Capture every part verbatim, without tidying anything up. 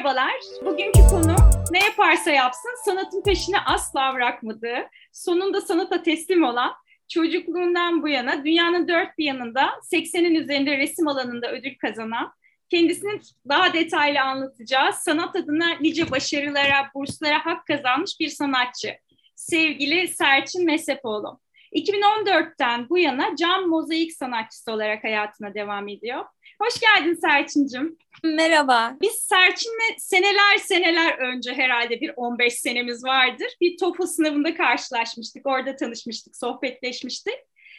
Merhabalar. Bugünkü konu ne yaparsa yapsın sanatın peşini asla bırakmadığı, sonunda sanata teslim olan, çocukluğundan bu yana dünyanın dört bir yanında seksenin üzerinde resim alanında ödül kazanan, kendisinin daha detaylı anlatacağı sanat adına nice başarılara, burslara hak kazanmış bir sanatçı. Sevgili Serçin Mezhepoğlu. iki bin on dörtten bu yana cam mozaik sanatçısı olarak hayatına devam ediyor. Hoş geldin Serçin'cim. Merhaba. Biz Serçin'le seneler seneler önce herhalde bir on beş senemiz vardır. Bir TOEFL sınavında karşılaşmıştık, orada tanışmıştık, sohbetleşmiştik.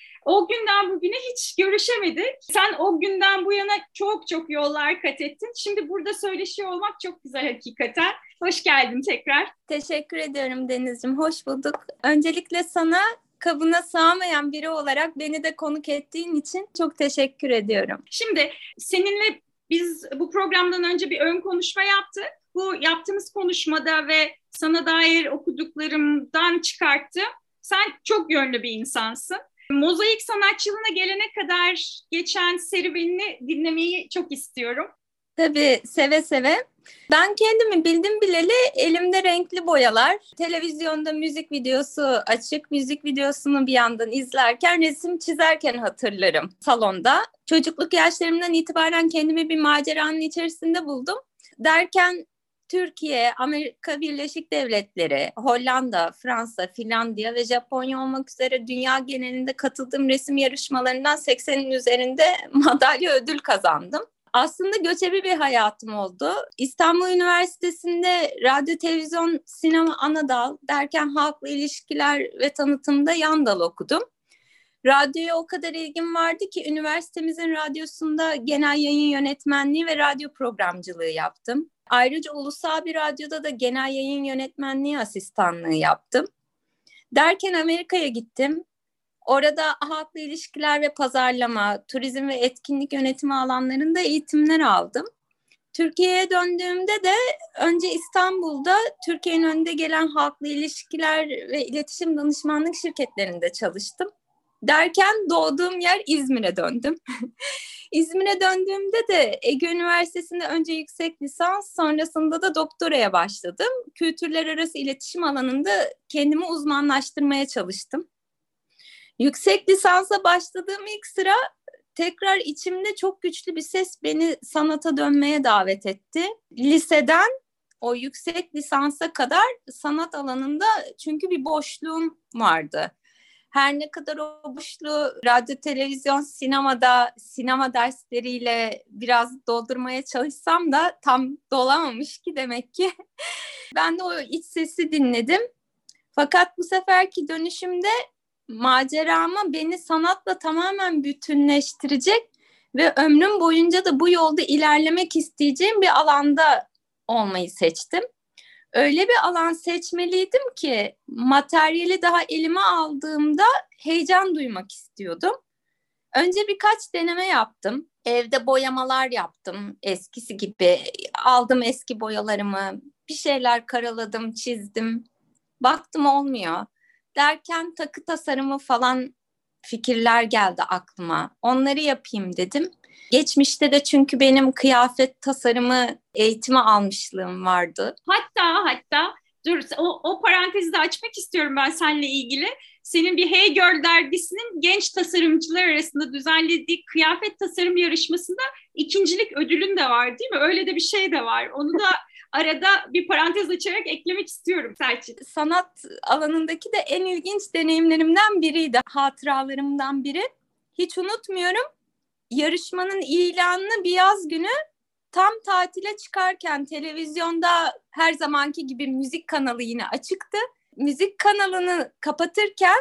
O günden bugüne hiç görüşemedik. Sen o günden bu yana çok çok yollar kat ettin. Şimdi burada söyleşiyor olmak çok güzel hakikaten. Hoş geldin tekrar. Teşekkür ediyorum Deniz'ciğim. Hoş bulduk. Öncelikle sana kabına sığamayan biri olarak beni de konuk ettiğin için çok teşekkür ediyorum. Şimdi seninle biz bu programdan önce bir ön konuşma yaptık. Bu yaptığımız konuşmada ve sana dair okuduklarımdan çıkarttım. Sen çok yönlü bir insansın. Mozaik sanatçılığına gelene kadar geçen serüvenini dinlemeyi çok istiyorum. Tabii, seve seve. Ben kendimi bildim bileli elimde renkli boyalar, televizyonda müzik videosu açık, müzik videosunu bir yandan izlerken, resim çizerken hatırlarım salonda. Çocukluk yaşlarımdan itibaren kendimi bir maceranın içerisinde buldum. Derken Türkiye, Amerika Birleşik Devletleri, Hollanda, Fransa, Finlandiya ve Japonya olmak üzere dünya genelinde katıldığım resim yarışmalarından seksenin üzerinde madalya ödül kazandım. Aslında göçebe bir hayatım oldu. İstanbul Üniversitesi'nde radyo, televizyon, sinema ana dal derken halkla ilişkiler ve tanıtımda yan dal okudum. Radyoya o kadar ilgim vardı ki üniversitemizin radyosunda genel yayın yönetmenliği ve radyo programcılığı yaptım. Ayrıca ulusal bir radyoda da genel yayın yönetmenliği asistanlığı yaptım. Derken Amerika'ya gittim. Orada halkla ilişkiler ve pazarlama, turizm ve etkinlik yönetimi alanlarında eğitimler aldım. Türkiye'ye döndüğümde de önce İstanbul'da Türkiye'nin önde gelen halkla ilişkiler ve iletişim danışmanlık şirketlerinde çalıştım. Derken doğduğum yer İzmir'e döndüm. İzmir'e döndüğümde de Ege Üniversitesi'nde önce yüksek lisans, sonrasında da doktoraya başladım. Kültürler arası iletişim alanında kendimi uzmanlaştırmaya çalıştım. Yüksek lisansa başladığım ilk sıra tekrar içimde çok güçlü bir ses beni sanata dönmeye davet etti. Liseden o yüksek lisansa kadar sanat alanında çünkü bir boşluğum vardı. Her ne kadar o boşluğu radyo, televizyon, sinemada, sinema dersleriyle biraz doldurmaya çalışsam da tam dolamamış ki demek ki. Ben de o iç sesi dinledim. Fakat bu seferki dönüşümde macerama beni sanatla tamamen bütünleştirecek ve ömrüm boyunca da bu yolda ilerlemek isteyeceğim bir alanda olmayı seçtim. Öyle bir alan seçmeliydim ki materyali daha elime aldığımda heyecan duymak istiyordum. Önce birkaç deneme yaptım. Evde boyamalar yaptım eskisi gibi. Aldım eski boyalarımı, bir şeyler karaladım, çizdim. Baktım olmuyor. Derken takı tasarımı falan fikirler geldi aklıma. Onları yapayım dedim. Geçmişte de çünkü benim kıyafet tasarımı eğitimi almışlığım vardı. Hatta hatta dur o, o parantezi de açmak istiyorum ben seninle ilgili. Senin bir Hey Girl dergisinin genç tasarımcılar arasında düzenlediği kıyafet tasarım yarışmasında ikincilik ödülün de var değil mi? Öyle de bir şey de var. Onu da arada bir parantez açarak eklemek istiyorum Selçuk. Sanat alanındaki de en ilginç deneyimlerimden biriydi. Hatıralarımdan biri. Hiç unutmuyorum. Yarışmanın ilanını bir yaz günü tam tatile çıkarken televizyonda her zamanki gibi müzik kanalı yine açıktı. Müzik kanalını kapatırken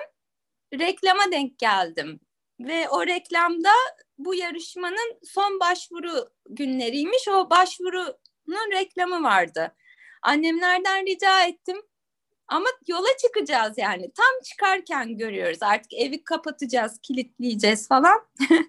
reklama denk geldim. Ve o reklamda bu yarışmanın son başvuru günleriymiş. O başvurunun reklamı vardı. Annemlerden rica ettim. Ama yola çıkacağız yani. Tam çıkarken görüyoruz. Artık evi kapatacağız, kilitleyeceğiz falan.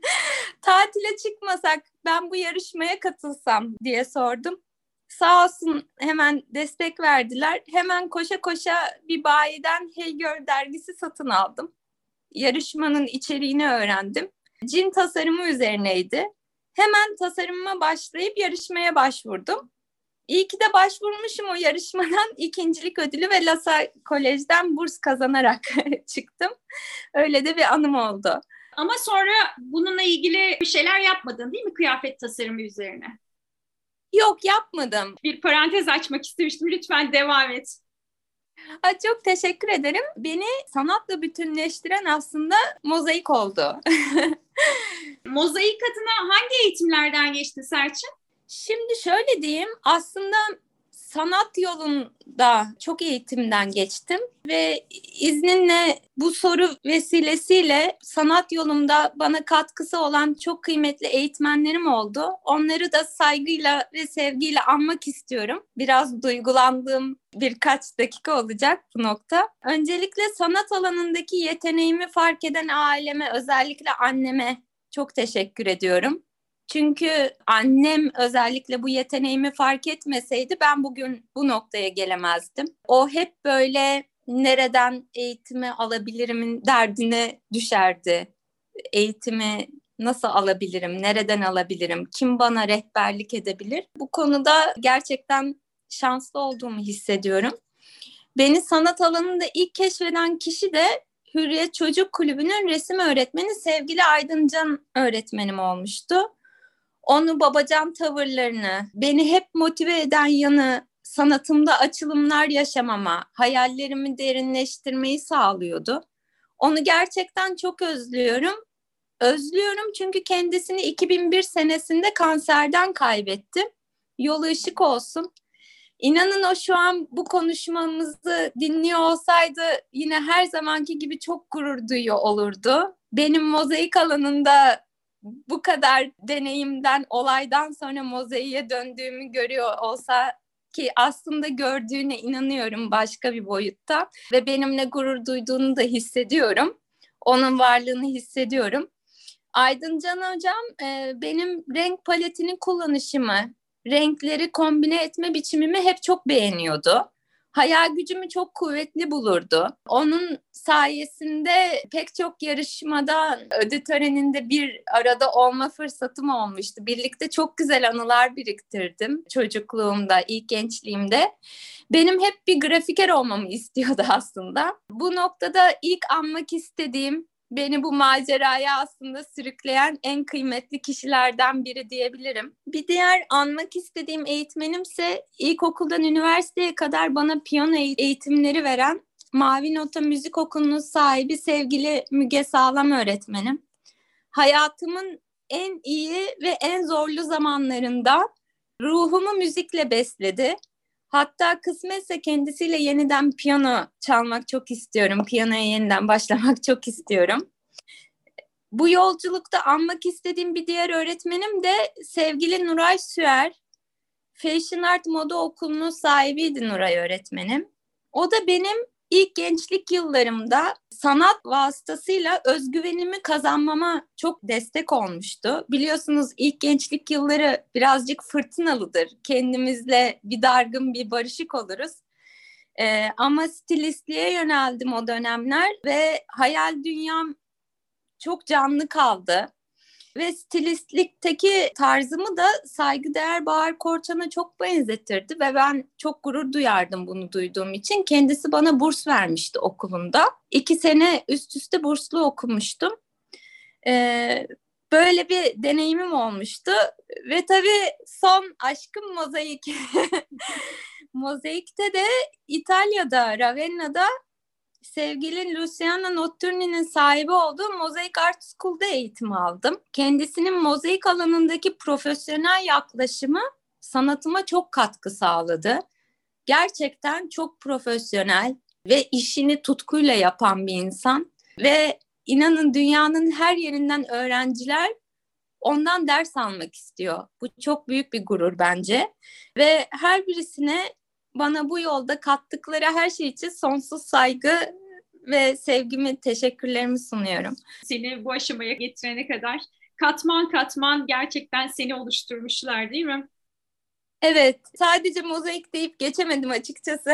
Tatile çıkmasak ben bu yarışmaya katılsam diye sordum. Sağ olsun hemen destek verdiler. Hemen koşa koşa bir bayiden Hey Girl dergisi satın aldım. Yarışmanın içeriğini öğrendim. Cin tasarımı üzerineydi. Hemen tasarımıma başlayıp yarışmaya başvurdum. İyi ki de başvurmuşum o yarışmadan. İkincilik ödülü ve Lasa Kolej'den burs kazanarak çıktım. Öyle de bir anım oldu. Ama sonra bununla ilgili bir şeyler yapmadın değil mi kıyafet tasarımı üzerine? Yok, yapmadım. Bir parantez açmak istemiştim. Lütfen devam et. Aa, çok teşekkür ederim. Beni sanatla bütünleştiren aslında mozaik oldu. Mozaik adına hangi eğitimlerden geçti Serçin? Şimdi şöyle diyeyim, aslında sanat yolunda çok eğitimden geçtim ve izninle bu soru vesilesiyle sanat yolumda bana katkısı olan çok kıymetli eğitmenlerim oldu. Onları da saygıyla ve sevgiyle anmak istiyorum. Biraz duygulandığım birkaç dakika olacak bu nokta. Öncelikle sanat alanındaki yeteneğimi fark eden aileme, özellikle anneme çok teşekkür ediyorum. Çünkü annem özellikle bu yeteneğimi fark etmeseydi ben bugün bu noktaya gelemezdim. O hep böyle nereden eğitimi alabilirimin derdine düşerdi. Eğitimi nasıl alabilirim, nereden alabilirim, kim bana rehberlik edebilir? Bu konuda gerçekten şanslı olduğumu hissediyorum. Beni sanat alanında ilk keşfeden kişi de Hürriyet Çocuk Kulübü'nün resim öğretmeni sevgili Aydıncan öğretmenim olmuştu. Onu, babacan tavırlarını, beni hep motive eden yanı sanatımda açılımlar yaşamama, hayallerimi derinleştirmeyi sağlıyordu. Onu gerçekten çok özlüyorum. Özlüyorum çünkü kendisini iki bin bir senesinde kanserden kaybettim. Yolu ışık olsun. İnanın o şu an bu konuşmamızı dinliyor olsaydı yine her zamanki gibi çok gurur duyuyor olurdu. Benim mozaik alanında bu kadar deneyimden, olaydan sonra mozaiğe döndüğümü görüyor olsa, ki aslında gördüğüne inanıyorum başka bir boyutta ve benimle gurur duyduğunu da hissediyorum. Onun varlığını hissediyorum. Aydıncan Hocam e, benim renk paletini kullanışımı, renkleri kombine etme biçimimi hep çok beğeniyordu. Hayal gücümü çok kuvvetli bulurdu. Onun sayesinde pek çok yarışmada, ödül töreninde bir arada olma fırsatım olmuştu. Birlikte çok güzel anılar biriktirdim çocukluğumda, ilk gençliğimde. Benim hep bir grafiker olmamı istiyordu aslında. Bu noktada ilk anmak istediğim, beni bu maceraya aslında sürükleyen en kıymetli kişilerden biri diyebilirim. Bir diğer anmak istediğim eğitmenimse ilkokuldan üniversiteye kadar bana piyano eğitimleri veren Mavi Nota Müzik Okulu'nun sahibi sevgili Müge Sağlam öğretmenim. Hayatımın en iyi ve en zorlu zamanlarında ruhumu müzikle besledi. Hatta kısmetse kendisiyle yeniden piyano çalmak çok istiyorum. Piyanoya yeniden başlamak çok istiyorum. Bu yolculukta anmak istediğim bir diğer öğretmenim de sevgili Nuray Süer. Fashion Art Moda Okulu'nun sahibiydi Nuray öğretmenim. O da benim ilk gençlik yıllarımda sanat vasıtasıyla özgüvenimi kazanmama çok destek olmuştu. Biliyorsunuz ilk gençlik yılları birazcık fırtınalıdır. Kendimizle bir dargın, bir barışık oluruz. Ee, ama stilistliğe yöneldim o dönemler ve hayal dünyam çok canlı kaldı. Ve stilistlikteki tarzımı da saygıdeğer Bahar Korçan'a çok benzetirdi ve ben çok gurur duyardım bunu duyduğum için. Kendisi bana burs vermişti okulunda. İki sene üst üste burslu okumuştum. Ee, böyle bir deneyimim olmuştu. Ve tabii son aşkım mozaik. Mozaikte de İtalya'da, Ravenna'da sevgili Luciana Notturni'nin sahibi olduğu Mosaic Art School'da eğitim aldım. Kendisinin mozaik alanındaki profesyonel yaklaşımı sanatıma çok katkı sağladı. Gerçekten çok profesyonel ve işini tutkuyla yapan bir insan. Ve inanın dünyanın her yerinden öğrenciler ondan ders almak istiyor. Bu çok büyük bir gurur bence. Ve her birisine bana bu yolda kattıkları her şey için sonsuz saygı ve sevgimi, teşekkürlerimi sunuyorum. Seni bu aşamaya getirene kadar katman katman gerçekten seni oluşturmuşlar değil mi? Evet, sadece mozaik deyip geçemedim açıkçası.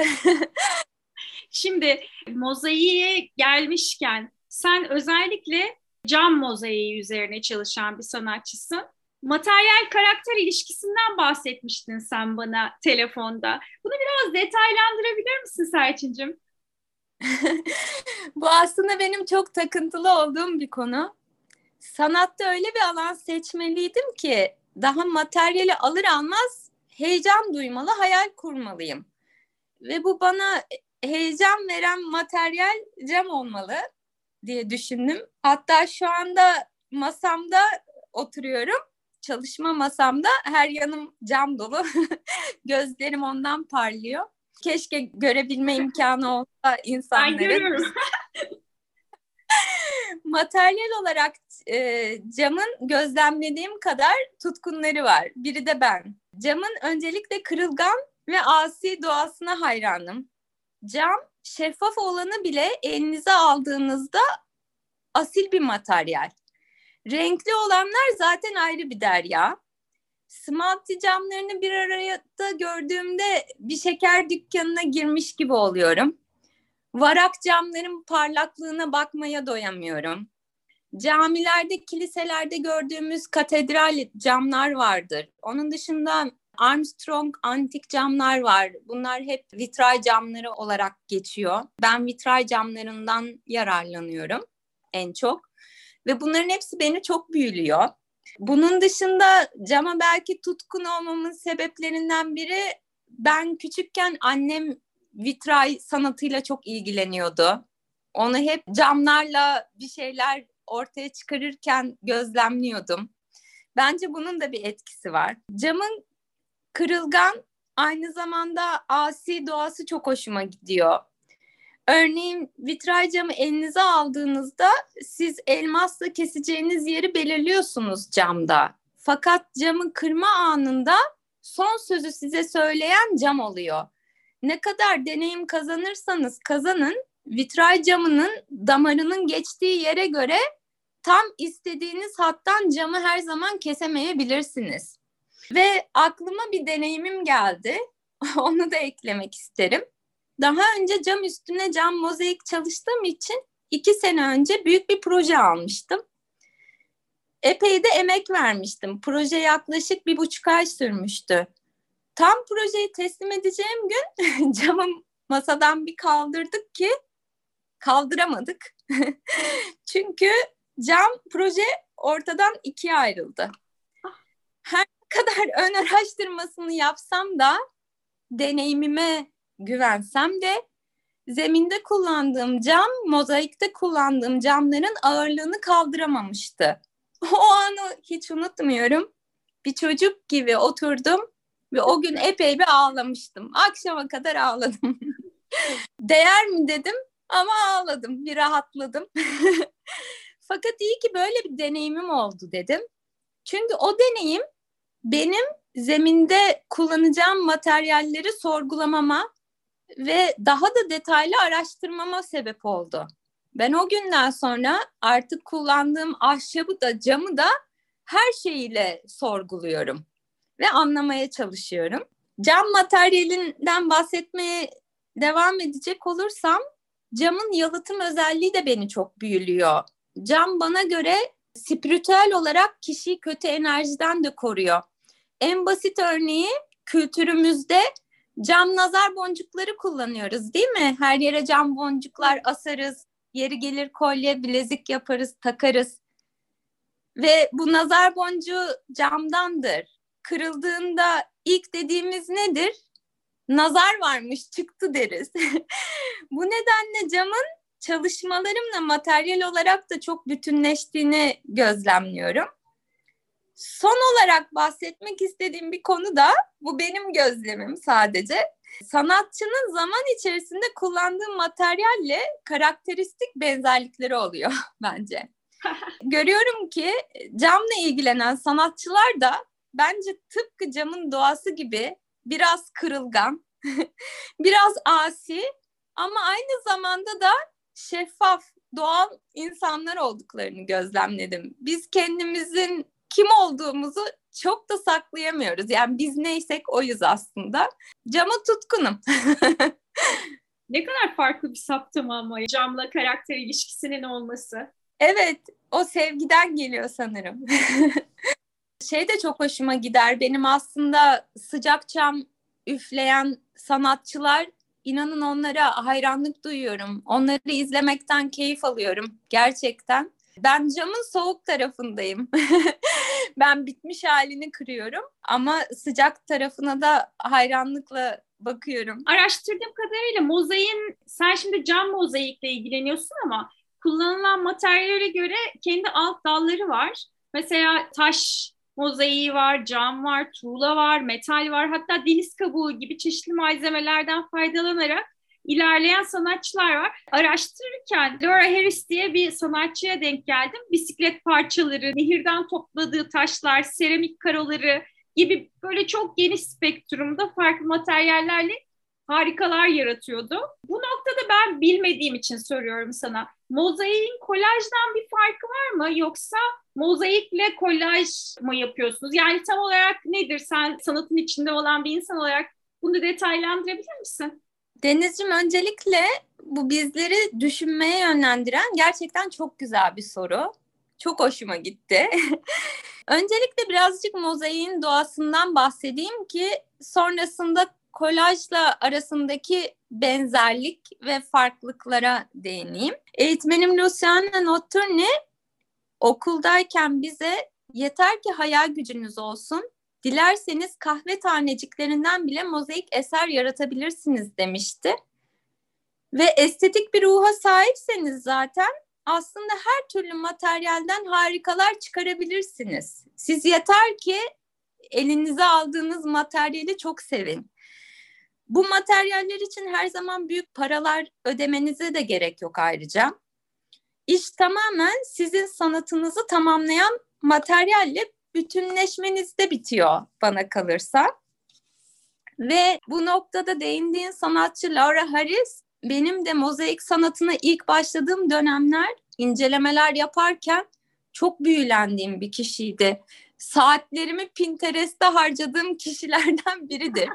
Şimdi mozaiğe gelmişken sen özellikle cam mozaiği üzerine çalışan bir sanatçısın. Materyal karakter ilişkisinden bahsetmiştin sen bana telefonda. Bunu biraz detaylandırabilir misin Serçin'cim? Bu aslında benim çok takıntılı olduğum bir konu. Sanatta öyle bir alan seçmeliydim ki daha materyali alır almaz heyecan duymalı, hayal kurmalıyım. Ve bu bana heyecan veren materyal cam olmalı diye düşündüm. Hatta şu anda masamda oturuyorum. Çalışma masamda her yanım cam dolu. Gözlerim ondan parlıyor. Keşke görebilme imkanı olsa Ben insanların. görüyorum. Materyal olarak e, camın gözlemlediğim kadar tutkunları var. Biri de ben. Camın öncelikle kırılgan ve asi doğasına hayranım. Cam şeffaf olanı bile elinize aldığınızda asil bir materyal. Renkli olanlar zaten ayrı bir derya. Smarty camlarını bir araya da gördüğümde bir şeker dükkanına girmiş gibi oluyorum. Varak camların parlaklığına bakmaya doyamıyorum. Camilerde, kiliselerde gördüğümüz katedral camlar vardır. Onun dışında Armstrong antik camlar var. Bunlar hep vitray camları olarak geçiyor. Ben vitray camlarından yararlanıyorum en çok. Ve bunların hepsi beni çok büyülüyor. Bunun dışında cama belki tutkun olmamın sebeplerinden biri, ben küçükken annem vitray sanatıyla çok ilgileniyordu. Onu hep camlarla bir şeyler ortaya çıkarırken gözlemliyordum. Bence bunun da bir etkisi var. Camın kırılgan, aynı zamanda asi doğası çok hoşuma gidiyor. Örneğin vitray camı elinize aldığınızda siz elmasla keseceğiniz yeri belirliyorsunuz camda. Fakat camı kırma anında son sözü size söyleyen cam oluyor. Ne kadar deneyim kazanırsanız kazanın, vitray camının damarının geçtiği yere göre tam istediğiniz hattan camı her zaman kesemeyebilirsiniz. Ve aklıma bir deneyimim geldi. Onu da eklemek isterim. Daha önce cam üstüne cam mozaik çalıştığım için iki sene önce büyük bir proje almıştım. Epey de emek vermiştim. Proje yaklaşık bir buçuk ay sürmüştü. Tam projeyi teslim edeceğim gün camı masadan bir kaldırdık ki kaldıramadık. Çünkü cam proje ortadan ikiye ayrıldı. Her kadar ön araştırmasını yapsam da, deneyimime güvensem de zeminde kullandığım cam, mozaikte kullandığım camların ağırlığını kaldıramamıştı. O anı hiç unutmuyorum. Bir çocuk gibi oturdum ve o gün epey bir ağlamıştım. Akşama kadar ağladım. Değer mi dedim ama ağladım, bir rahatladım. Fakat iyi ki böyle bir deneyimim oldu dedim. Çünkü o deneyim benim zeminde kullanacağım materyalleri sorgulamama ve daha da detaylı araştırmama sebep oldu. Ben o günden sonra artık kullandığım ahşabı da camı da her şeyiyle sorguluyorum ve anlamaya çalışıyorum. Cam materyalinden bahsetmeye devam edecek olursam, camın yalıtım özelliği de beni çok büyülüyor. Cam bana göre spiritüel olarak kişiyi kötü enerjiden de koruyor. En basit örneği, kültürümüzde cam nazar boncukları kullanıyoruz değil mi? Her yere cam boncuklar asarız, yeri gelir kolye, bilezik yaparız, takarız. Ve bu nazar boncuğu camdandır. Kırıldığında ilk dediğimiz nedir? Nazar varmış, çıktı deriz. Bu nedenle camın çalışmalarımla materyal olarak da çok bütünleştiğini gözlemliyorum. Son olarak bahsetmek istediğim bir konu da, bu benim gözlemim sadece. Sanatçının zaman içerisinde kullandığı materyalle karakteristik benzerlikleri oluyor bence. Görüyorum ki camla ilgilenen sanatçılar da bence tıpkı camın doğası gibi biraz kırılgan, biraz asi ama aynı zamanda da şeffaf, doğal insanlar olduklarını gözlemledim. Biz kendimizin kim olduğumuzu çok da saklayamıyoruz. Yani biz neysek oyuz aslında. Cama tutkunum. Ne kadar farklı bir saptama ama camla karakter ilişkisinin olması. Evet, o sevgiden geliyor sanırım. Şey de çok hoşuma gider. Benim aslında sıcak çam üfleyen sanatçılar, inanın onlara hayranlık duyuyorum. Onları izlemekten keyif alıyorum gerçekten. Ben camın soğuk tarafındayım. Ben bitmiş halini kırıyorum ama sıcak tarafına da hayranlıkla bakıyorum. Araştırdığım kadarıyla mozaiğin, sen şimdi cam mozaikle ilgileniyorsun ama kullanılan materyale göre kendi alt dalları var. Mesela taş mozaiği var, cam var, tuğla var, metal var. Hatta deniz kabuğu gibi çeşitli malzemelerden faydalanarak ilerleyen sanatçılar var. Araştırırken Laura Harris diye bir sanatçıya denk geldim. Bisiklet parçaları, nehirden topladığı taşlar, seramik karoları gibi böyle çok geniş spektrumda farklı materyallerle harikalar yaratıyordu. Bu noktada ben bilmediğim için soruyorum sana. Mozaiğin kolajdan bir farkı var mı? Yoksa mozaikle kolaj mı yapıyorsunuz? Yani tam olarak nedir? Sen sanatın içinde olan bir insan olarak bunu detaylandırabilir misin? Denizciğim, öncelikle bu bizleri düşünmeye yönlendiren gerçekten çok güzel bir soru. Çok hoşuma gitti. Öncelikle birazcık mozaiğin doğasından bahsedeyim ki sonrasında kolajla arasındaki benzerlik ve farklılıklara değineyim. Eğitmenim Luciana Notturni okuldayken bize yeter ki hayal gücünüz olsun, dilerseniz kahve taneciklerinden bile mozaik eser yaratabilirsiniz demişti. Ve estetik bir ruha sahipseniz zaten aslında her türlü materyalden harikalar çıkarabilirsiniz. Siz yeter ki elinize aldığınız materyali çok sevin. Bu materyaller için her zaman büyük paralar ödemenize de gerek yok ayrıca. İş tamamen sizin sanatınızı tamamlayan materyalle bütünleşmenizde bitiyor bana kalırsa. Ve bu noktada değindiğin sanatçı Laura Harris, benim de mozaik sanatına ilk başladığım dönemler incelemeler yaparken çok büyülendiğim bir kişiydi. Saatlerimi Pinterest'te harcadığım kişilerden biridir.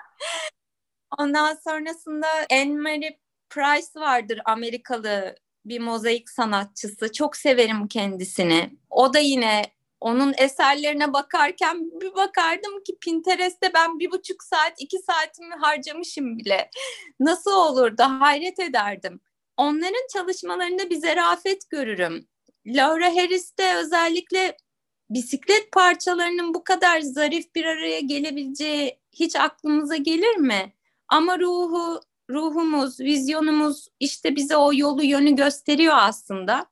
Ondan sonrasında Anne-Marie Price vardır, Amerikalı bir mozaik sanatçısı. Çok severim kendisini. O da yine, onun eserlerine bakarken bir bakardım ki Pinterest'te ben bir buçuk saat, iki saatimi harcamışım bile. Nasıl olur da hayret ederdim. Onların çalışmalarında bir zarafet görürüm. Laura Harris'te özellikle bisiklet parçalarının bu kadar zarif bir araya gelebileceği hiç aklımıza gelir mi? Ama ruhu, ruhumuz, vizyonumuz işte bize o yolu, yönü gösteriyor aslında.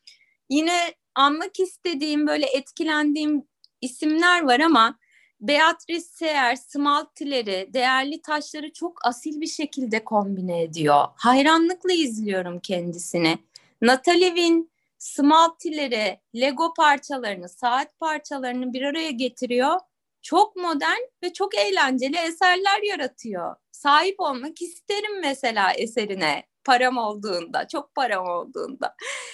Yine anmak istediğim, böyle etkilendiğim isimler var ama Beatrice Seyer smaltileri, değerli taşları çok asil bir şekilde kombine ediyor. Hayranlıkla izliyorum kendisini. Natalie Wynn smaltileri, Lego parçalarını, saat parçalarını bir araya getiriyor. Çok modern ve çok eğlenceli eserler yaratıyor. Sahip olmak isterim mesela eserine, param olduğunda, çok param olduğunda.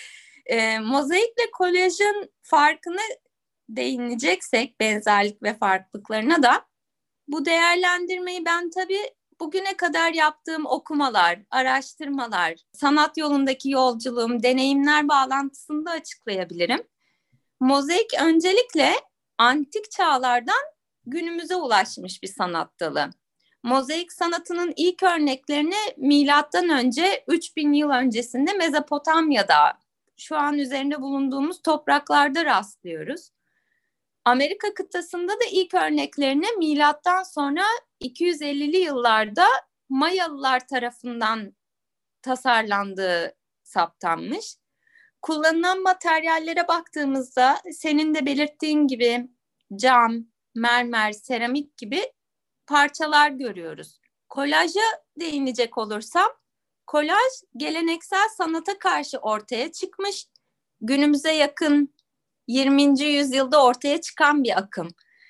E, mozaikle kolajın farkını değineceksek, benzerlik ve farklılıklarına da, bu değerlendirmeyi ben tabii bugüne kadar yaptığım okumalar, araştırmalar, sanat yolundaki yolculuğum, deneyimler bağlantısında açıklayabilirim. Mozaik öncelikle antik çağlardan günümüze ulaşmış bir sanat dalı. Mozaik sanatının ilk örneklerini milattan önce üç bin yıl öncesinde Mezopotamya'da, şu an üzerinde bulunduğumuz topraklarda rastlıyoruz. Amerika kıtasında da ilk örneklerini milattan sonra iki yüz ellili yıllarda Mayalılar tarafından tasarlandığı saptanmış. Kullanılan materyallere baktığımızda senin de belirttiğin gibi cam, mermer, seramik gibi parçalar görüyoruz. Kolaja değinecek olursam, kolaj geleneksel sanata karşı ortaya çıkmış, günümüze yakın yirminci yüzyılda ortaya çıkan bir akım.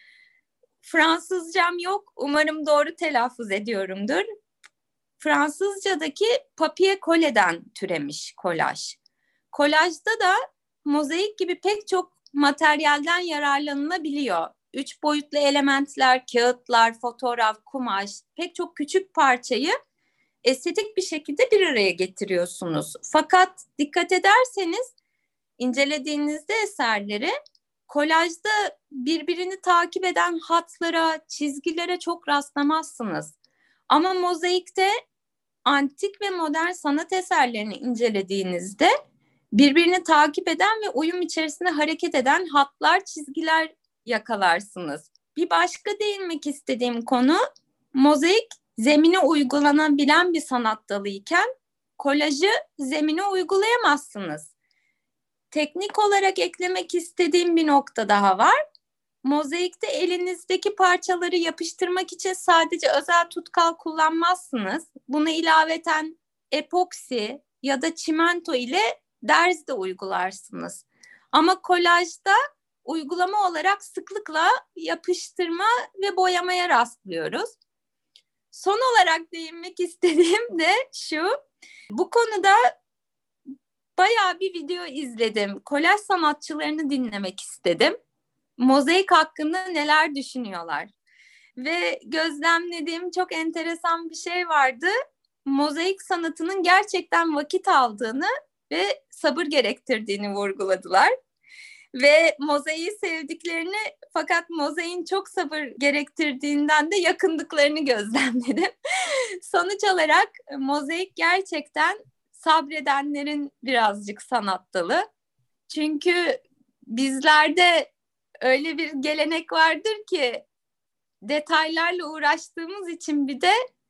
Fransızcam yok, umarım doğru telaffuz ediyorumdur. Fransızcadaki papier-collè'den türemiş kolaj. Kolajda da mozaik gibi pek çok materyalden yararlanılabiliyor. Üç boyutlu elementler, kağıtlar, fotoğraf, kumaş, pek çok küçük parçayı estetik bir şekilde bir araya getiriyorsunuz. Fakat dikkat ederseniz, incelediğinizde eserleri Kolajda birbirini takip eden hatlara, çizgilere çok rastlamazsınız. Ama mozaikte antik ve modern sanat eserlerini incelediğinizde birbirini takip eden ve uyum içerisinde hareket eden hatlar, çizgiler yakalarsınız. Bir başka değinmek istediğim konu, mozaik zemine uygulanabilen bir sanat dalı iken kolajı zemine uygulayamazsınız. Teknik olarak eklemek istediğim bir nokta daha var. Mozaikte elinizdeki parçaları yapıştırmak için sadece özel tutkal kullanmazsınız. Buna ilaveten epoksi ya da çimento ile derz de uygularsınız. Ama kolajda uygulama olarak sıklıkla yapıştırma ve boyamaya rastlıyoruz. Son olarak değinmek istediğim de şu. Bu konuda bayağı bir video izledim. Kolaj sanatçılarını dinlemek istedim. Mozaik hakkında neler düşünüyorlar? Ve gözlemlediğim çok enteresan bir şey vardı. Mozaik sanatının gerçekten vakit aldığını ve sabır gerektirdiğini vurguladılar. Ve mozaiği sevdiklerini, fakat mozaiğin çok sabır gerektirdiğinden de yakındıklarını gözlemledim. Sonuç olarak mozaik gerçekten sabredenlerin birazcık sanat dalı. Çünkü bizlerde öyle bir gelenek vardır ki detaylarla uğraştığımız için bir de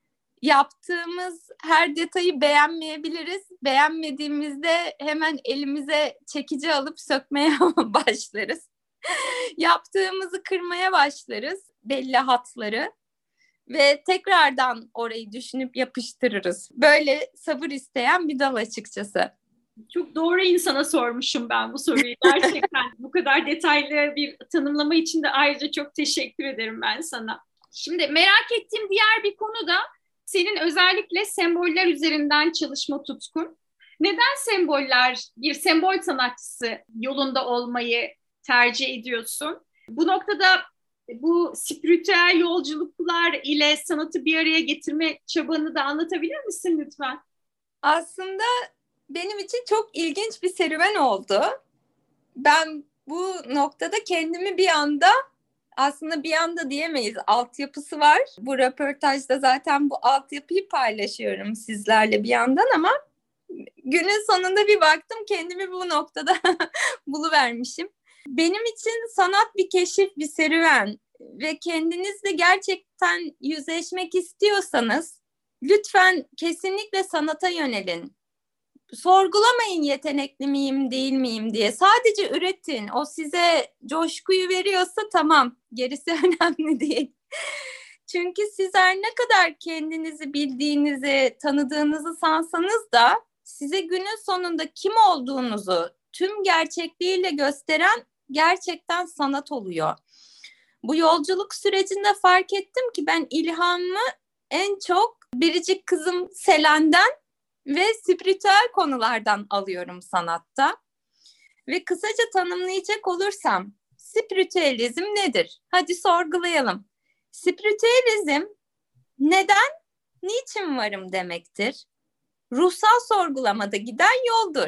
yaptığımız her detayı beğenmeyebiliriz. Beğenmediğimizde hemen elimize çekici alıp sökmeye başlarız. Yaptığımızı kırmaya başlarız, belli hatları. Ve tekrardan orayı düşünüp yapıştırırız. Böyle sabır isteyen bir dal açıkçası. Çok doğru insana sormuşum ben bu soruyu. Gerçekten bu kadar detaylı bir tanımlama için de ayrıca çok teşekkür ederim ben sana. Şimdi merak ettiğim diğer bir konu da senin özellikle semboller üzerinden çalışma tutkun. Neden semboller, bir sembol sanatçısı yolunda olmayı tercih ediyorsun? Bu noktada bu spiritüel yolculuklar ile sanatı bir araya getirme çabanı da anlatabilir misin lütfen? Aslında benim için çok ilginç bir serüven oldu. Ben bu noktada kendimi bir anda, aslında bir anda diyemeyiz, altyapısı var. Bu röportajda zaten bu altyapıyı paylaşıyorum sizlerle bir yandan ama günün sonunda bir baktım kendimi bu noktada buluvermişim. Benim için sanat bir keşif, bir serüven ve kendinizle gerçekten yüzleşmek istiyorsanız lütfen kesinlikle sanata yönelin. Sorgulamayın yetenekli miyim, değil miyim diye. Sadece üretin. O size coşkuyu veriyorsa tamam, gerisi önemli değil. Çünkü siz her ne kadar kendinizi bildiğinizi, tanıdığınızı sansanız da size günün sonunda kim olduğunuzu tüm gerçekliğiyle gösteren gerçekten sanat oluyor. Bu yolculuk sürecinde fark ettim ki ben ilhamımı en çok biricik kızım Selen'den ve spiritüel konulardan alıyorum sanatta. Ve kısaca tanımlayacak olursam, spiritüelizm nedir? Hadi sorgulayalım. Spiritüelizm neden, niçin varım demektir. Ruhsal sorgulamada giden yoldur.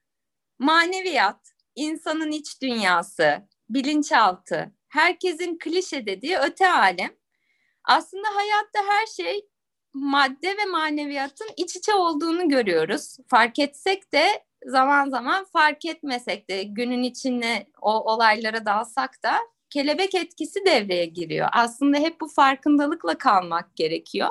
Maneviyat, insanın iç dünyası, bilinçaltı, herkesin klişe dediği öte alem. Aslında hayatta her şey madde ve maneviyatın iç içe olduğunu görüyoruz. Fark etsek de zaman zaman fark etmesek de günün içine o olaylara dalsak da kelebek etkisi devreye giriyor. Aslında hep bu farkındalıkla kalmak gerekiyor.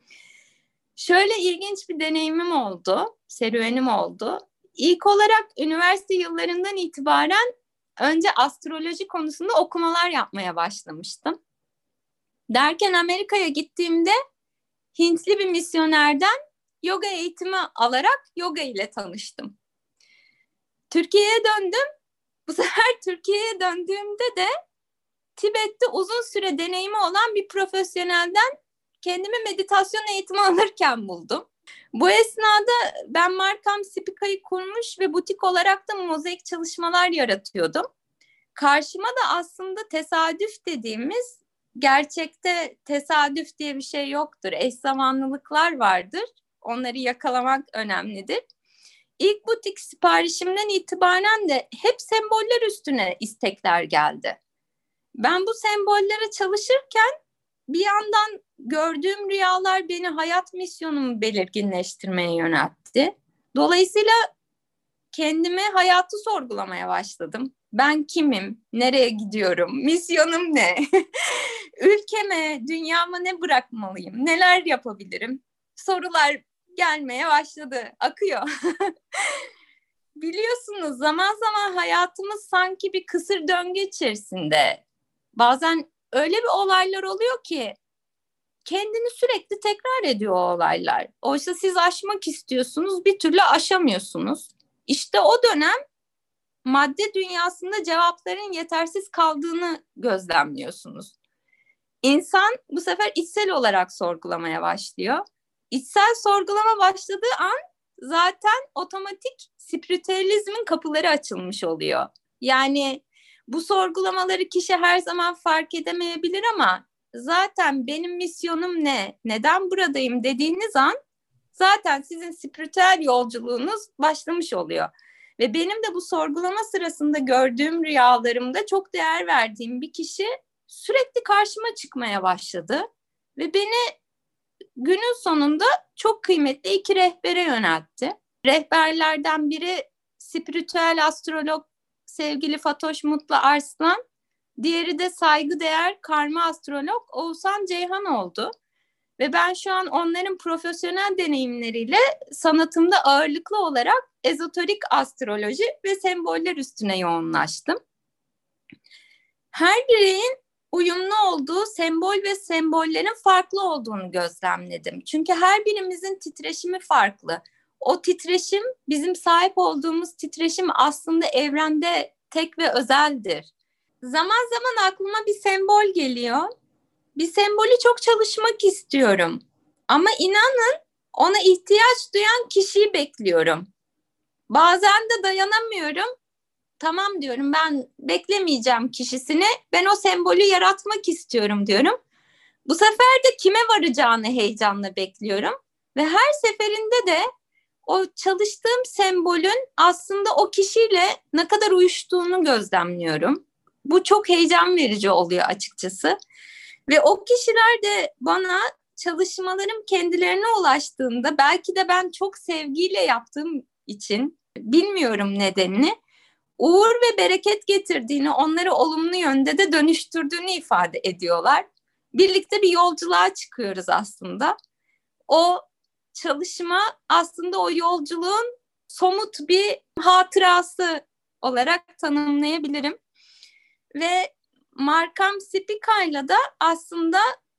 Şöyle ilginç bir deneyimim oldu, serüvenim oldu. İlk olarak üniversite yıllarından itibaren önce astroloji konusunda okumalar yapmaya başlamıştım. Derken Amerika'ya gittiğimde Hintli bir misyonerden yoga eğitimi alarak yoga ile tanıştım. Türkiye'ye döndüm. Bu sefer Türkiye'ye döndüğümde de Tibet'te uzun süre deneyimi olan bir profesyonelden kendimi meditasyon eğitimi alırken buldum. Bu esnada ben markam Spika'yı kurmuş ve butik olarak da mozaik çalışmalar yaratıyordum. Karşıma da aslında tesadüf dediğimiz, gerçekte tesadüf diye bir şey yoktur. Eş zamanlılıklar vardır. Onları yakalamak önemlidir. İlk butik siparişimden itibaren de hep semboller üstüne istekler geldi. Ben bu sembollere çalışırken bir yandan gördüğüm rüyalar beni hayat misyonumu belirginleştirmeye yöneltti. Dolayısıyla kendime hayatı sorgulamaya başladım. Ben kimim? Nereye gidiyorum? Misyonum ne? Ülkeme, dünyama ne bırakmalıyım? Neler yapabilirim? Sorular gelmeye başladı. Akıyor. Biliyorsunuz zaman zaman hayatımız sanki bir kısır döngü içerisinde. Bazen öyle bir olaylar oluyor ki kendini sürekli tekrar ediyor o olaylar. Oysa siz aşmak istiyorsunuz, bir türlü aşamıyorsunuz. İşte o dönem madde dünyasında cevapların yetersiz kaldığını gözlemliyorsunuz. İnsan bu sefer içsel olarak sorgulamaya başlıyor. İçsel sorgulama başladığı an zaten otomatik spiritüalizmin kapıları açılmış oluyor. Yani bu sorgulamaları kişi her zaman fark edemeyebilir ama zaten benim misyonum ne, neden buradayım dediğiniz an zaten sizin spiritüel yolculuğunuz başlamış oluyor. Ve benim de bu sorgulama sırasında gördüğüm rüyalarımda çok değer verdiğim bir kişi sürekli karşıma çıkmaya başladı. Ve beni günün sonunda çok kıymetli iki rehbere yöneltti. Rehberlerden biri spiritüel astrolog sevgili Fatoş Mutlu Arslan, diğeri de saygıdeğer karma astrolog Oğuzhan Ceyhan oldu. Ve ben şu an onların profesyonel deneyimleriyle sanatımda ağırlıklı olarak ezoterik astroloji ve semboller üstüne yoğunlaştım. Her bireyin uyumlu olduğu sembol ve sembollerin farklı olduğunu gözlemledim. Çünkü her birimizin titreşimi farklı. O titreşim, bizim sahip olduğumuz titreşim aslında evrende tek ve özeldir. Zaman zaman aklıma bir sembol geliyor. Bir sembolü çok çalışmak istiyorum. Ama inanın ona ihtiyaç duyan kişiyi bekliyorum. Bazen de dayanamıyorum. Tamam diyorum, ben beklemeyeceğim kişisini. Ben o sembolü yaratmak istiyorum diyorum. Bu sefer de kime varacağını heyecanla bekliyorum. Ve her seferinde de o çalıştığım sembolün aslında o kişiyle ne kadar uyuştuğunu gözlemliyorum. Bu çok heyecan verici oluyor açıkçası. Ve o kişiler de bana çalışmalarım kendilerine ulaştığında, belki de ben çok sevgiyle yaptığım için, bilmiyorum nedenini, uğur ve bereket getirdiğini, onları olumlu yönde de dönüştürdüğünü ifade ediyorlar. Birlikte bir yolculuğa çıkıyoruz aslında. O çalışma aslında o yolculuğun somut bir hatırası olarak tanımlayabilirim. Ve markam Spika'yla da aslında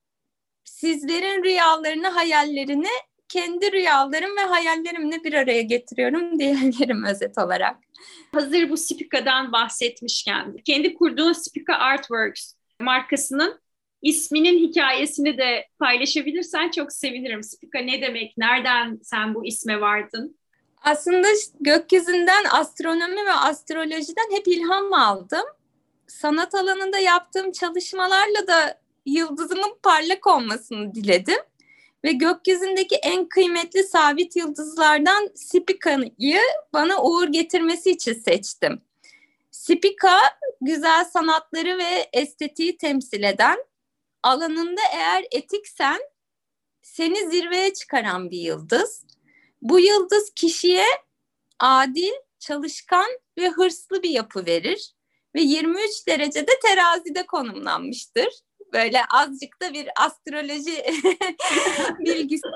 sizlerin rüyalarını, hayallerini kendi rüyalarım ve hayallerimle bir araya getiriyorum diyebilirim özet olarak. Hazır bu Spika'dan bahsetmişken, kendi kurduğun Spika Artworks markasının isminin hikayesini de paylaşabilirsen çok sevinirim. Spika ne demek? Nereden sen bu isme vardın? Aslında gökyüzünden, astronomi ve astrolojiden hep ilham aldım. Sanat alanında yaptığım çalışmalarla da yıldızımın parlak olmasını diledim. Ve gökyüzündeki en kıymetli sabit yıldızlardan Spika'yı bana uğur getirmesi için seçtim. Spika, güzel sanatları ve estetiği temsil eden, alanında eğer etiksen seni zirveye çıkaran bir yıldız. Bu yıldız kişiye adil, çalışkan ve hırslı bir yapı verir. Ve yirmi üç derecede terazide konumlanmıştır. Böyle azıcık da bir astroloji bilgisi.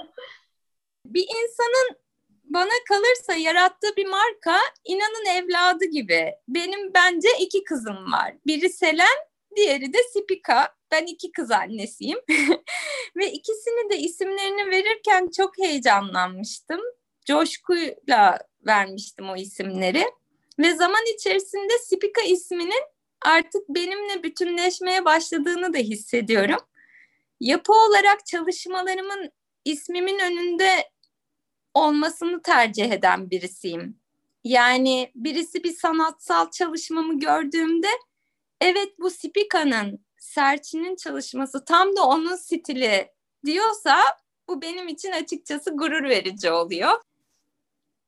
Bir insanın bana kalırsa yarattığı bir marka, inanın evladı gibi. Benim bence iki kızım var. Biri Selen, diğeri de Spika. Ben iki kız annesiyim. Ve ikisini de isimlerini verirken çok heyecanlanmıştım. Coşkuyla vermiştim o isimleri. Ve zaman içerisinde Spika isminin artık benimle bütünleşmeye başladığını da hissediyorum. Yapı olarak çalışmalarımın ismimin önünde olmasını tercih eden birisiyim. Yani birisi bir sanatsal çalışmamı gördüğümde, evet bu Spika'nın, Serçin'in çalışması tam da onun stili diyorsa, bu benim için açıkçası gurur verici oluyor.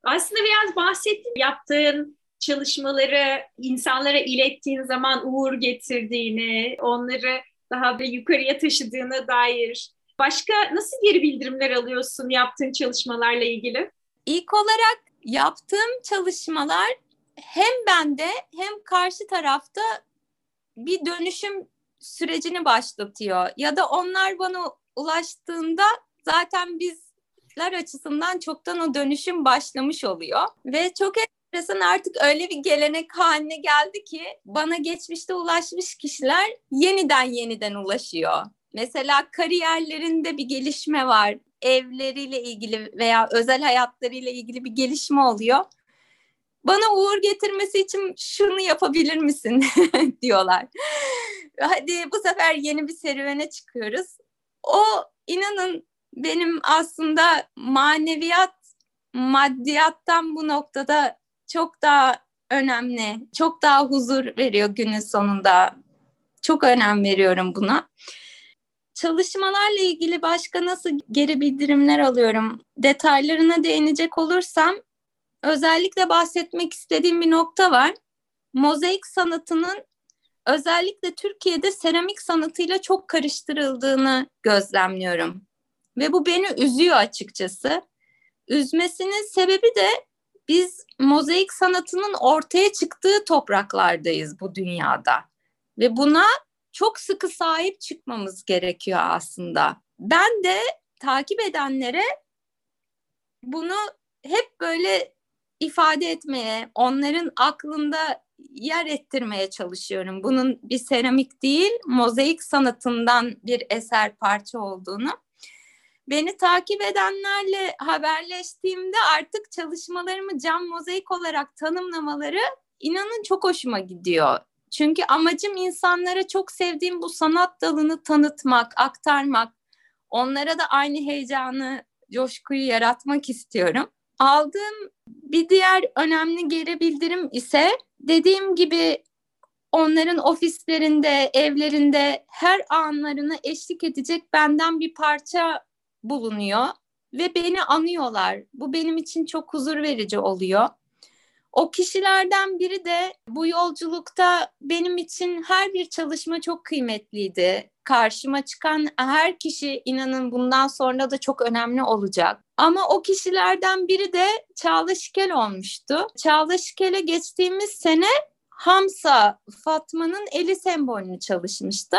Aslında biraz bahsettin, yaptığın çalışmaları insanlara ilettiğin zaman uğur getirdiğini, onları daha bir yukarıya taşıdığına dair. Başka nasıl geri bildirimler alıyorsun yaptığın çalışmalarla ilgili? İlk olarak yaptığım çalışmalar hem bende hem karşı tarafta bir dönüşüm sürecini başlatıyor. Ya da onlar bana ulaştığında zaten bizler açısından çoktan o dönüşüm başlamış oluyor. Ve çok enteresan, artık öyle bir gelenek haline geldi ki bana geçmişte ulaşmış kişiler yeniden yeniden ulaşıyor. Mesela kariyerlerinde bir gelişme var. Evleriyle ilgili veya özel hayatlarıyla ilgili bir gelişme oluyor. Bana uğur getirmesi için şunu yapabilir misin diyorlar. Hadi bu sefer yeni bir serüvene çıkıyoruz. O, inanın, benim aslında maneviyat maddiyattan bu noktada çok daha önemli, çok daha huzur veriyor günün sonunda. Çok önem veriyorum buna. Çalışmalarla ilgili başka nasıl geri bildirimler alıyorum? Detaylarına değinecek olursam, özellikle bahsetmek istediğim bir nokta var. Mozaik sanatının özellikle Türkiye'de seramik sanatıyla çok karıştırıldığını gözlemliyorum. Ve bu beni üzüyor açıkçası. Üzmesinin sebebi de biz mozaik sanatının ortaya çıktığı topraklardayız bu dünyada. Ve buna çok sıkı sahip çıkmamız gerekiyor aslında. Ben de takip edenlere bunu hep böyle ifade etmeye, onların aklında yer ettirmeye çalışıyorum. Bunun bir seramik değil, mozaik sanatından bir eser parça olduğunu. Beni takip edenlerle haberleştiğimde artık çalışmalarımı cam mozaik olarak tanımlamaları, inanın, çok hoşuma gidiyor. Çünkü amacım insanlara çok sevdiğim bu sanat dalını tanıtmak, aktarmak. Onlara da aynı heyecanı, coşkuyu yaratmak istiyorum. Aldığım bir diğer önemli geri bildirim ise, dediğim gibi, onların ofislerinde, evlerinde her anlarını eşlik edecek benden bir parça bulunuyor ve beni anıyorlar. Bu benim için çok huzur verici oluyor. O kişilerden biri de bu yolculukta benim için her bir çalışma çok kıymetliydi. Karşıma çıkan her kişi, inanın, bundan sonra da çok önemli olacak. Ama o kişilerden biri de Çağla Şikel olmuştu. Çağla Şikel'e geçtiğimiz sene Hamsa Fatma'nın eli sembolünü çalışmıştım.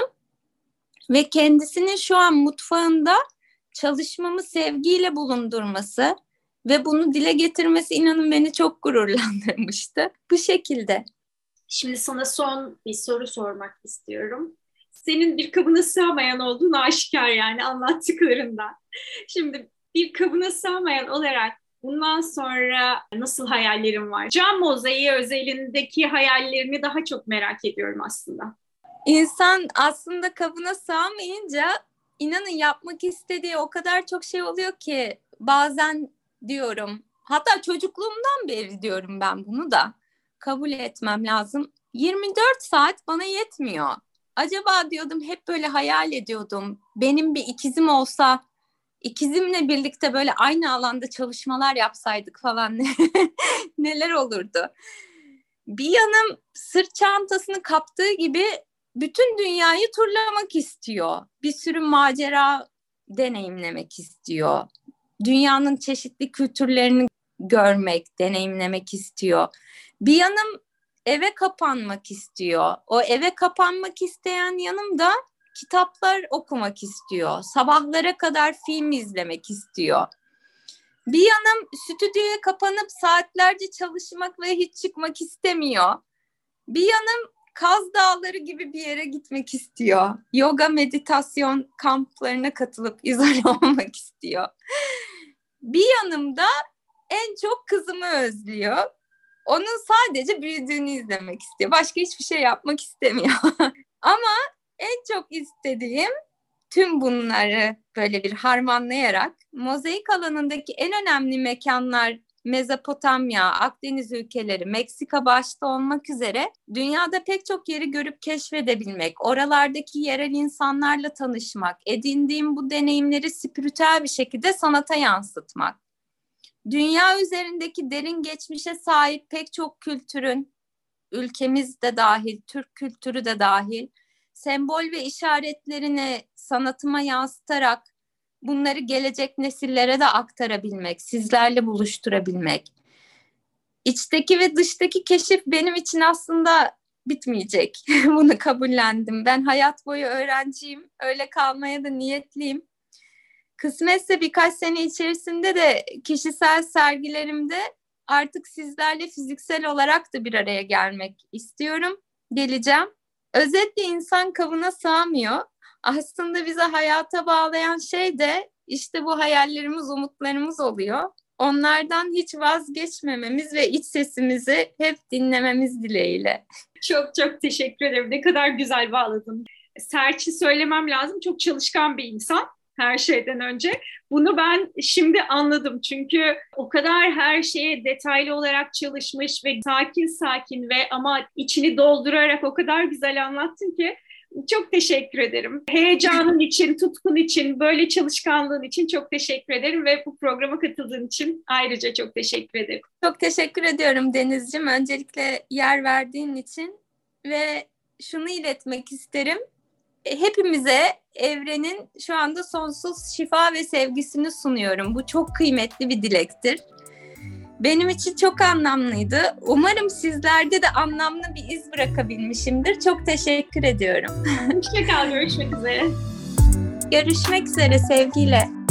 Ve kendisinin şu an mutfağında çalışmamı sevgiyle bulundurması ve bunu dile getirmesi, inanın, beni çok gururlandırmıştı. Bu şekilde. Şimdi sana son bir soru sormak istiyorum. Senin bir kabına sığmayan olduğun aşikar, yani anlattıklarından. Şimdi bir kabına sığmayan olarak bundan sonra nasıl hayallerin var? Cam mozaiği özelindeki hayallerini daha çok merak ediyorum aslında. İnsan aslında kabına sığmayınca, inanın, yapmak istediği o kadar çok şey oluyor ki bazen diyorum, hatta çocukluğumdan beri diyorum, ben bunu da kabul etmem lazım. yirmi dört saat bana yetmiyor. Acaba diyordum, hep böyle hayal ediyordum. Benim bir ikizim olsa, ikizimle birlikte böyle aynı alanda çalışmalar yapsaydık falan, neler olurdu? Bir yanım sırt çantasını kaptığı gibi bütün dünyayı turlamak istiyor. Bir sürü macera deneyimlemek istiyor. Dünyanın çeşitli kültürlerini görmek, deneyimlemek istiyor. Bir yanım eve kapanmak istiyor. O eve kapanmak isteyen yanım da kitaplar okumak istiyor. Sabahlara kadar film izlemek istiyor. Bir yanım stüdyoya kapanıp saatlerce çalışmak ve hiç çıkmak istemiyor. Bir yanım Kaz Dağları gibi bir yere gitmek istiyor. Yoga, meditasyon kamplarına katılıp izole olmak istiyor. Bir yanım da en çok kızımı özlüyor. Onun sadece büyüdüğünü izlemek istiyor. Başka hiçbir şey yapmak istemiyor. Ama en çok istediğim, tüm bunları böyle bir harmanlayarak, mozaik alanındaki en önemli mekanlar Mezopotamya, Akdeniz ülkeleri, Meksika başta olmak üzere dünyada pek çok yeri görüp keşfedebilmek, oralardaki yerel insanlarla tanışmak, edindiğim bu deneyimleri spiritüel bir şekilde sanata yansıtmak. Dünya üzerindeki derin geçmişe sahip pek çok kültürün, ülkemiz de dahil, Türk kültürü de dahil, sembol ve işaretlerini sanatıma yansıtarak bunları gelecek nesillere de aktarabilmek, sizlerle buluşturabilmek. İçteki ve dıştaki keşif benim için aslında bitmeyecek. Bunu kabullendim. Ben hayat boyu öğrenciyim. Öyle kalmaya da niyetliyim. Kısmetse birkaç sene içerisinde de kişisel sergilerimde artık sizlerle fiziksel olarak da bir araya gelmek istiyorum. Geleceğim. Özetle insan kabına sığamıyor. Aslında bizi hayata bağlayan şey de işte bu hayallerimiz, umutlarımız oluyor. Onlardan hiç vazgeçmememiz ve iç sesimizi hep dinlememiz dileğiyle. Çok çok teşekkür ederim. Ne kadar güzel bağladın. Serçi söylemem lazım. Çok çalışkan bir insan her şeyden önce. Bunu ben şimdi anladım. Çünkü o kadar her şeye detaylı olarak çalışmış ve sakin sakin ve ama içini doldurarak o kadar güzel anlattın ki çok teşekkür ederim. Heyecanın için, tutkun için, böyle çalışkanlığın için çok teşekkür ederim ve bu programa katıldığın için ayrıca çok teşekkür ederim. Çok teşekkür ediyorum Denizciğim. Öncelikle yer verdiğin için ve şunu iletmek isterim. Hepimize evrenin şu anda sonsuz şifa ve sevgisini sunuyorum. Bu çok kıymetli bir dilektir. Benim için çok anlamlıydı. Umarım sizlerde de anlamlı bir iz bırakabilmişimdir. Çok teşekkür ediyorum. Hoşça kal, görüşmek üzere. Görüşmek üzere, sevgiyle.